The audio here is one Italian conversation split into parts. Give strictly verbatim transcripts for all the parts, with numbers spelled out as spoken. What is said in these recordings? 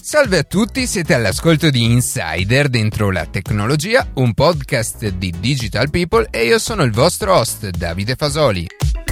Salve a tutti, siete all'ascolto di Insider dentro la tecnologia, un podcast di Digital People e io sono il vostro host Davide Fasoli.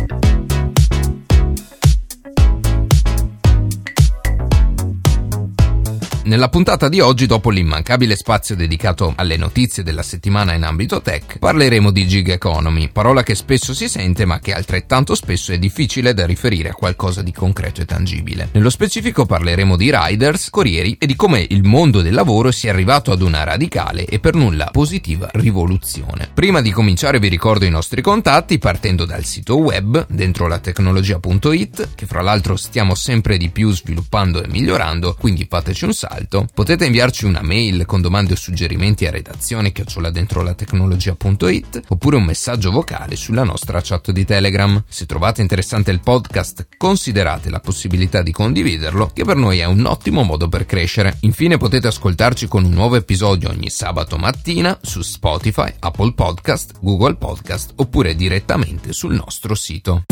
Nella puntata di oggi, dopo l'immancabile spazio dedicato alle notizie della settimana in ambito tech, parleremo di gig economy, parola che spesso si sente ma che altrettanto spesso è difficile da riferire a qualcosa di concreto e tangibile. Nello specifico parleremo di riders, corrieri e di come il mondo del lavoro sia arrivato ad una radicale e per nulla positiva rivoluzione. Prima di cominciare vi ricordo i nostri contatti partendo dal sito web dentro la tecnologia punto it, che fra l'altro stiamo sempre di più sviluppando e migliorando, quindi fateci un salto. Potete inviarci una mail con domande o suggerimenti a redazione chiocciola dentro la tecnologia punto it oppure un messaggio vocale sulla nostra chat di Telegram. Se trovate interessante il podcast, considerate la possibilità di condividerlo, che per noi è un ottimo modo per crescere. Infine potete ascoltarci con un nuovo episodio ogni sabato mattina su Spotify, Apple Podcast, Google Podcast oppure direttamente sul nostro sito.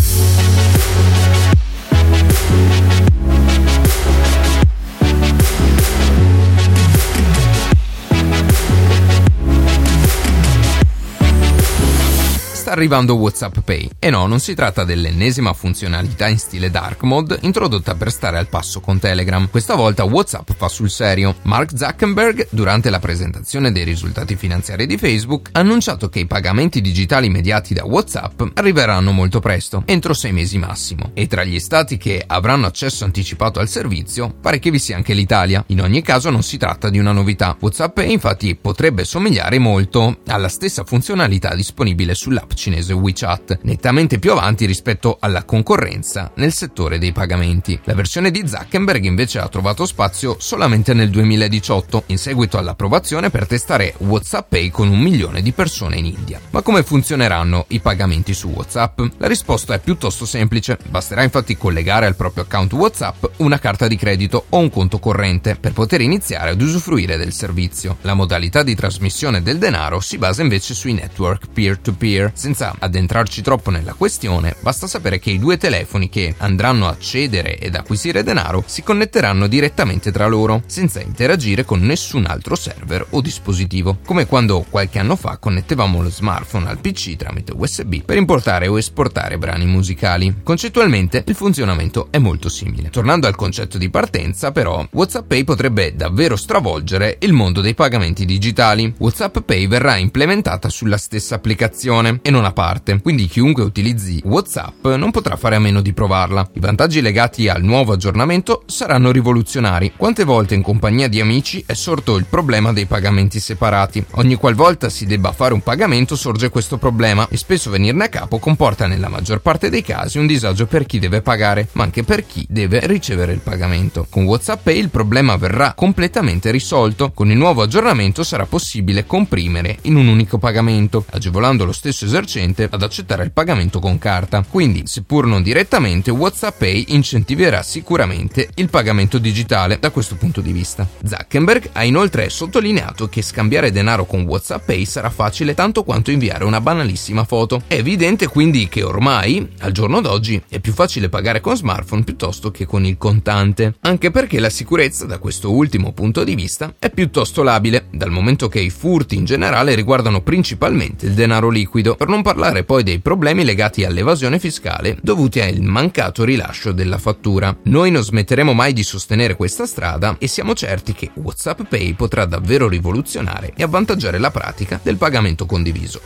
Sta arrivando WhatsApp Pay e no, non si tratta dell'ennesima funzionalità in stile dark mode introdotta per stare al passo con Telegram. Questa volta WhatsApp fa sul serio. Mark Zuckerberg, durante la presentazione dei risultati finanziari di Facebook, ha annunciato che i pagamenti digitali mediati da WhatsApp arriveranno molto presto, entro sei mesi massimo, e tra gli stati che avranno accesso anticipato al servizio pare che vi sia anche l'Italia. In ogni caso non si tratta di una novità. WhatsApp Pay infatti potrebbe somigliare molto alla stessa funzionalità disponibile sull'app cinese WeChat, nettamente più avanti rispetto alla concorrenza nel settore dei pagamenti. La versione di Zuckerberg invece ha trovato spazio solamente nel duemiladiciotto, in seguito all'approvazione per testare WhatsApp Pay con un milione di persone in India. Ma come funzioneranno i pagamenti su WhatsApp? La risposta è piuttosto semplice, basterà infatti collegare al proprio account WhatsApp una carta di credito o un conto corrente per poter iniziare ad usufruire del servizio. La modalità di trasmissione del denaro si basa invece sui network peer-to-peer. Senza addentrarci troppo nella questione, basta sapere che i due telefoni che andranno a cedere ed acquisire denaro si connetteranno direttamente tra loro, senza interagire con nessun altro server o dispositivo, come quando qualche anno fa connettevamo lo smartphone al P C tramite U S B per importare o esportare brani musicali. Concettualmente il funzionamento è molto simile. Tornando al concetto di partenza, però, WhatsApp Pay potrebbe davvero stravolgere il mondo dei pagamenti digitali. WhatsApp Pay verrà implementata sulla stessa applicazione e non a parte, quindi chiunque utilizzi WhatsApp non potrà fare a meno di provarla. I vantaggi legati al nuovo aggiornamento saranno rivoluzionari. Quante volte in compagnia di amici è sorto il problema dei pagamenti separati? Ogni qualvolta si debba fare un pagamento sorge questo problema e spesso venirne a capo comporta nella maggior parte dei casi un disagio per chi deve pagare, ma anche per chi deve ricevere il pagamento. Con WhatsApp Pay il problema verrà completamente risolto. Con il nuovo aggiornamento sarà possibile comprimere in un unico pagamento, agevolando lo stesso esercente ad accettare il pagamento con carta. Quindi, seppur non direttamente, WhatsApp Pay incentiverà sicuramente il pagamento digitale da questo punto di vista. Zuckerberg ha inoltre sottolineato che scambiare denaro con WhatsApp Pay sarà facile tanto quanto inviare una banalissima foto. È evidente quindi che ormai, al giorno d'oggi, è più facile pagare con smartphone piuttosto che con il contante, anche perché la sicurezza da questo ultimo punto di vista è piuttosto labile, dal momento che i furti in generale riguardano principalmente il denaro liquido, per non parlare poi dei problemi legati all'evasione fiscale dovuti al mancato rilascio della fattura. Noi non smetteremo mai di sostenere questa strada e siamo certi che WhatsApp Pay potrà davvero rivoluzionare e avvantaggiare la pratica del pagamento condiviso.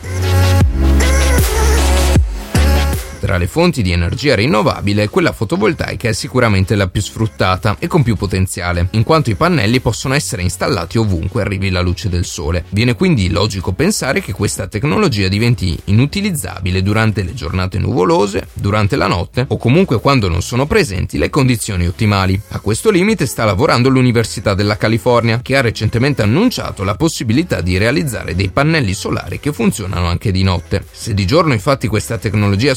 Tra le fonti di energia rinnovabile, quella fotovoltaica è sicuramente la più sfruttata e con più potenziale, in quanto i pannelli possono essere installati ovunque arrivi la luce del sole. Viene quindi logico pensare che questa tecnologia diventi inutilizzabile durante le giornate nuvolose, durante la notte o comunque quando non sono presenti le condizioni ottimali. A questo limite sta lavorando l'Università della California, che ha recentemente annunciato la possibilità di realizzare dei pannelli solari che funzionano anche di notte. Se di giorno infatti questa tecnologia sfrutta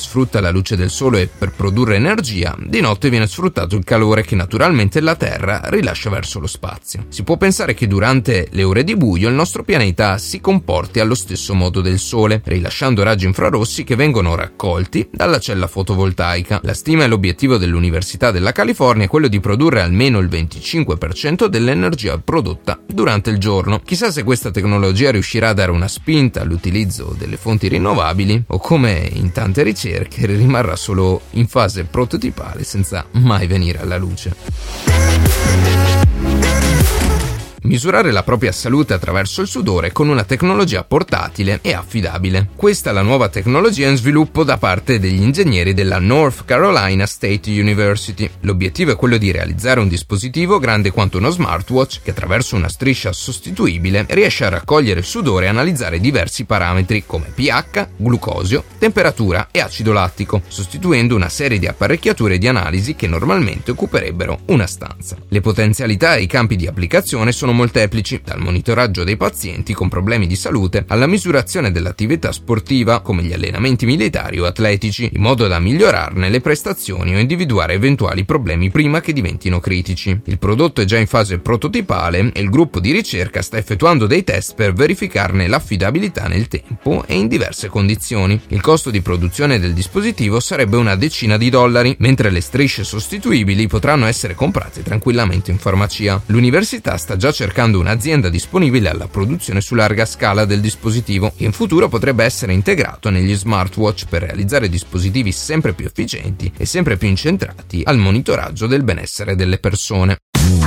la luce del sole per produrre energia, di notte viene sfruttato il calore che naturalmente la Terra rilascia verso lo spazio. Si può pensare che durante le ore di buio il nostro pianeta si comporti allo stesso modo del Sole, rilasciando raggi infrarossi che vengono raccolti dalla cella fotovoltaica. La stima e l'obiettivo dell'Università della California è quello di produrre almeno il venticinque per cento dell'energia prodotta durante il giorno. Chissà se questa tecnologia riuscirà a dare una spinta all'utilizzo delle fonti rinnovabili o, come in tante ricerche, rimarrà solo in fase prototipale senza mai venire alla luce. Misurare la propria salute attraverso il sudore con una tecnologia portatile e affidabile. Questa è la nuova tecnologia in sviluppo da parte degli ingegneri della North Carolina State University. L'obiettivo è quello di realizzare un dispositivo grande quanto uno smartwatch che attraverso una striscia sostituibile riesce a raccogliere il sudore e analizzare diversi parametri come pH, glucosio, temperatura e acido lattico, sostituendo una serie di apparecchiature di analisi che normalmente occuperebbero una stanza. Le potenzialità e i campi di applicazione sono molteplici, dal monitoraggio dei pazienti con problemi di salute alla misurazione dell'attività sportiva come gli allenamenti militari o atletici, in modo da migliorarne le prestazioni o individuare eventuali problemi prima che diventino critici. Il prodotto è già in fase prototipale e il gruppo di ricerca sta effettuando dei test per verificarne l'affidabilità nel tempo e in diverse condizioni. Il costo di produzione del dispositivo sarebbe una decina di dollari, mentre le strisce sostituibili potranno essere comprate tranquillamente in farmacia. L'università sta già cercando un'azienda disponibile alla produzione su larga scala del dispositivo, che in futuro potrebbe essere integrato negli smartwatch per realizzare dispositivi sempre più efficienti e sempre più incentrati al monitoraggio del benessere delle persone.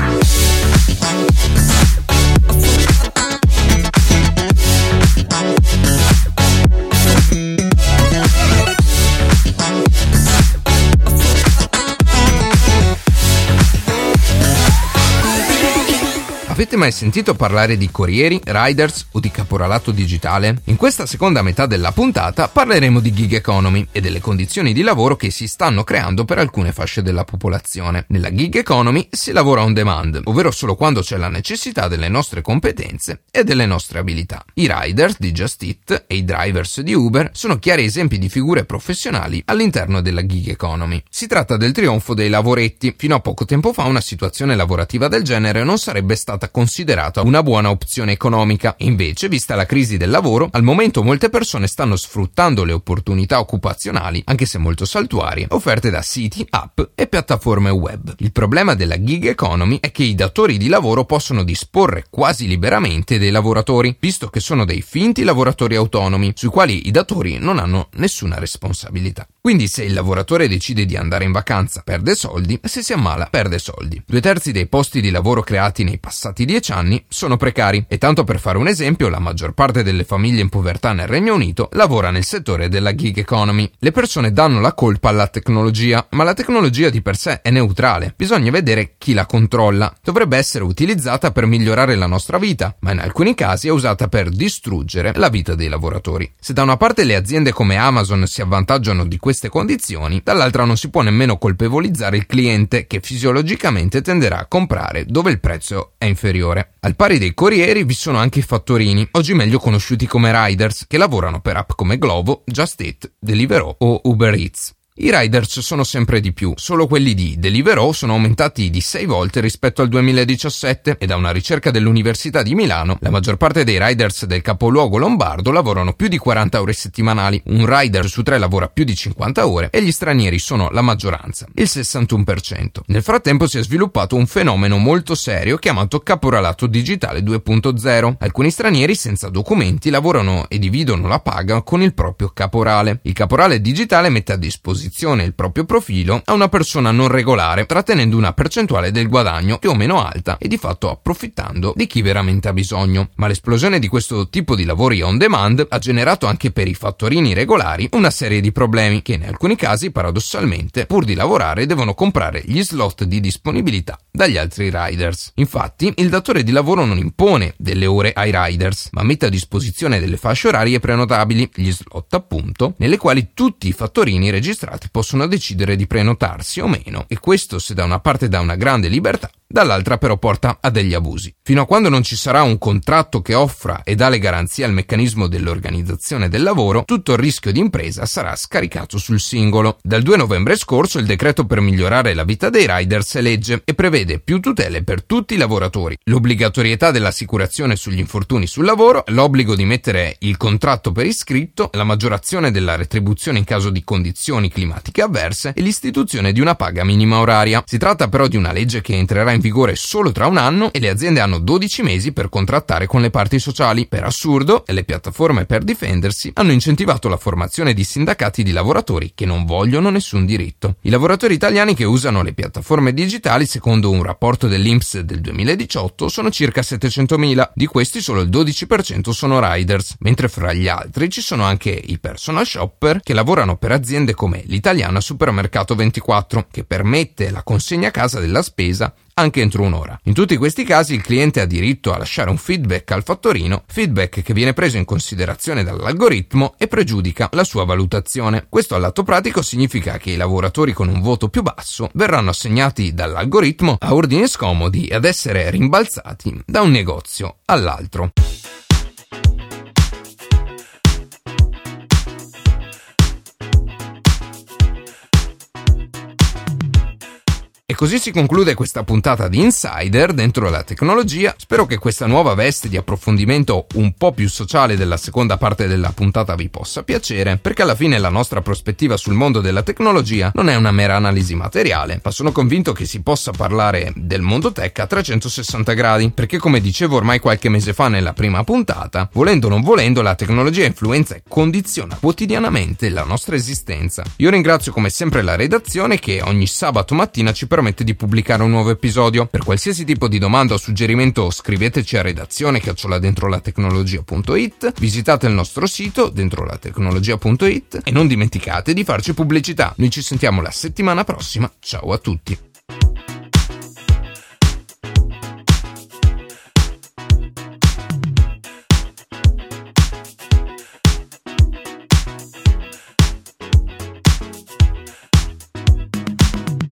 Avete mai sentito parlare di corrieri, riders o di caporalato digitale? In questa seconda metà della puntata parleremo di gig economy e delle condizioni di lavoro che si stanno creando per alcune fasce della popolazione. Nella gig economy si lavora on demand, ovvero solo quando c'è la necessità delle nostre competenze e delle nostre abilità. I riders di Just Eat e i drivers di Uber sono chiari esempi di figure professionali all'interno della gig economy. Si tratta del trionfo dei lavoretti. Fino a poco tempo fa una situazione lavorativa del genere non sarebbe stata considerata una buona opzione economica. Invece, vista la crisi del lavoro, al momento molte persone stanno sfruttando le opportunità occupazionali, anche se molto saltuarie, offerte da siti, app e piattaforme web. Il problema della gig economy è che i datori di lavoro possono disporre quasi liberamente dei lavoratori, visto che sono dei finti lavoratori autonomi, sui quali i datori non hanno nessuna responsabilità. Quindi se il lavoratore decide di andare in vacanza perde soldi, e se si ammala perde soldi. Due terzi dei posti di lavoro creati nei passati dieci anni sono precari, e tanto per fare un esempio, la maggior parte delle famiglie in povertà nel Regno Unito lavora nel settore della gig economy. Le persone danno la colpa alla tecnologia, ma la tecnologia di per sé è neutrale, bisogna vedere chi la controlla. Dovrebbe essere utilizzata per migliorare la nostra vita, ma in alcuni casi è usata per distruggere la vita dei lavoratori. Se da una parte le aziende come Amazon si avvantaggiano di queste condizioni, dall'altra non si può nemmeno colpevolizzare il cliente, che fisiologicamente tenderà a comprare dove il prezzo è inferiore. Al pari dei corrieri vi sono anche i fattorini, oggi meglio conosciuti come riders, che lavorano per app come Glovo, Just Eat, Deliveroo o Uber Eats. I riders sono sempre di più, solo quelli di Deliveroo sono aumentati di sei volte rispetto al duemiladiciassette e da una ricerca dell'Università di Milano la maggior parte dei riders del capoluogo lombardo lavorano più di quaranta ore settimanali, un rider su tre lavora più di cinquanta ore e gli stranieri sono la maggioranza, il sessantuno per cento. Nel frattempo si è sviluppato un fenomeno molto serio chiamato caporalato digitale due punto zero. Alcuni stranieri senza documenti lavorano e dividono la paga con il proprio caporale. Il caporale digitale mette a disposizione il proprio profilo a una persona non regolare, trattenendo una percentuale del guadagno più o meno alta e di fatto approfittando di chi veramente ha bisogno. Ma l'esplosione di questo tipo di lavori on demand ha generato anche per i fattorini regolari una serie di problemi che in alcuni casi paradossalmente pur di lavorare devono comprare gli slot di disponibilità dagli altri riders. Infatti il datore di lavoro non impone delle ore ai riders, ma mette a disposizione delle fasce orarie prenotabili, gli slot appunto, nelle quali tutti i fattorini registrati possono decidere di prenotarsi o meno, e questo, se da una parte dà una grande libertà, dall'altra però porta a degli abusi. Fino a quando non ci sarà un contratto che offra e dà le garanzie al meccanismo dell'organizzazione del lavoro, tutto il rischio di impresa sarà scaricato sul singolo. Dal due novembre scorso il decreto per migliorare la vita dei riders è legge e prevede più tutele per tutti i lavoratori, l'obbligatorietà dell'assicurazione sugli infortuni sul lavoro, l'obbligo di mettere il contratto per iscritto, la maggiorazione della retribuzione in caso di condizioni climatiche avverse e l'istituzione di una paga minima oraria. Si tratta però di una legge che entrerà in vigore solo tra un anno e le aziende hanno dodici mesi per contrattare con le parti sociali. Per assurdo, le piattaforme per difendersi hanno incentivato la formazione di sindacati di lavoratori che non vogliono nessun diritto. I lavoratori italiani che usano le piattaforme digitali, secondo un rapporto dell'I N P S del duemiladiciotto, sono circa settecentomila. Di questi solo il dodici per cento sono riders, mentre fra gli altri ci sono anche i personal shopper che lavorano per aziende come l'italiana Supermercato ventiquattro, che permette la consegna a casa della spesa anche entro un'ora. In tutti questi casi il cliente ha diritto a lasciare un feedback al fattorino, feedback che viene preso in considerazione dall'algoritmo e pregiudica la sua valutazione. Questo al lato pratico significa che i lavoratori con un voto più basso verranno assegnati dall'algoritmo a ordini scomodi ad essere rimbalzati da un negozio all'altro. E così si conclude questa puntata di Insider dentro la tecnologia. Spero che questa nuova veste di approfondimento un po' più sociale della seconda parte della puntata vi possa piacere, perché alla fine la nostra prospettiva sul mondo della tecnologia non è una mera analisi materiale, ma sono convinto che si possa parlare del mondo tech a trecentosessanta gradi, perché come dicevo ormai qualche mese fa nella prima puntata, volendo o non volendo la tecnologia influenza e condiziona quotidianamente la nostra esistenza. Io ringrazio come sempre la redazione che ogni sabato mattina ci permette di pubblicare un nuovo episodio. Per qualsiasi tipo di domanda o suggerimento scriveteci a redazione chiocciola dentrolatecnologia punto it, visitate il nostro sito dentrolatecnologia punto it e non dimenticate di farci pubblicità. Noi ci sentiamo la settimana prossima. Ciao a tutti.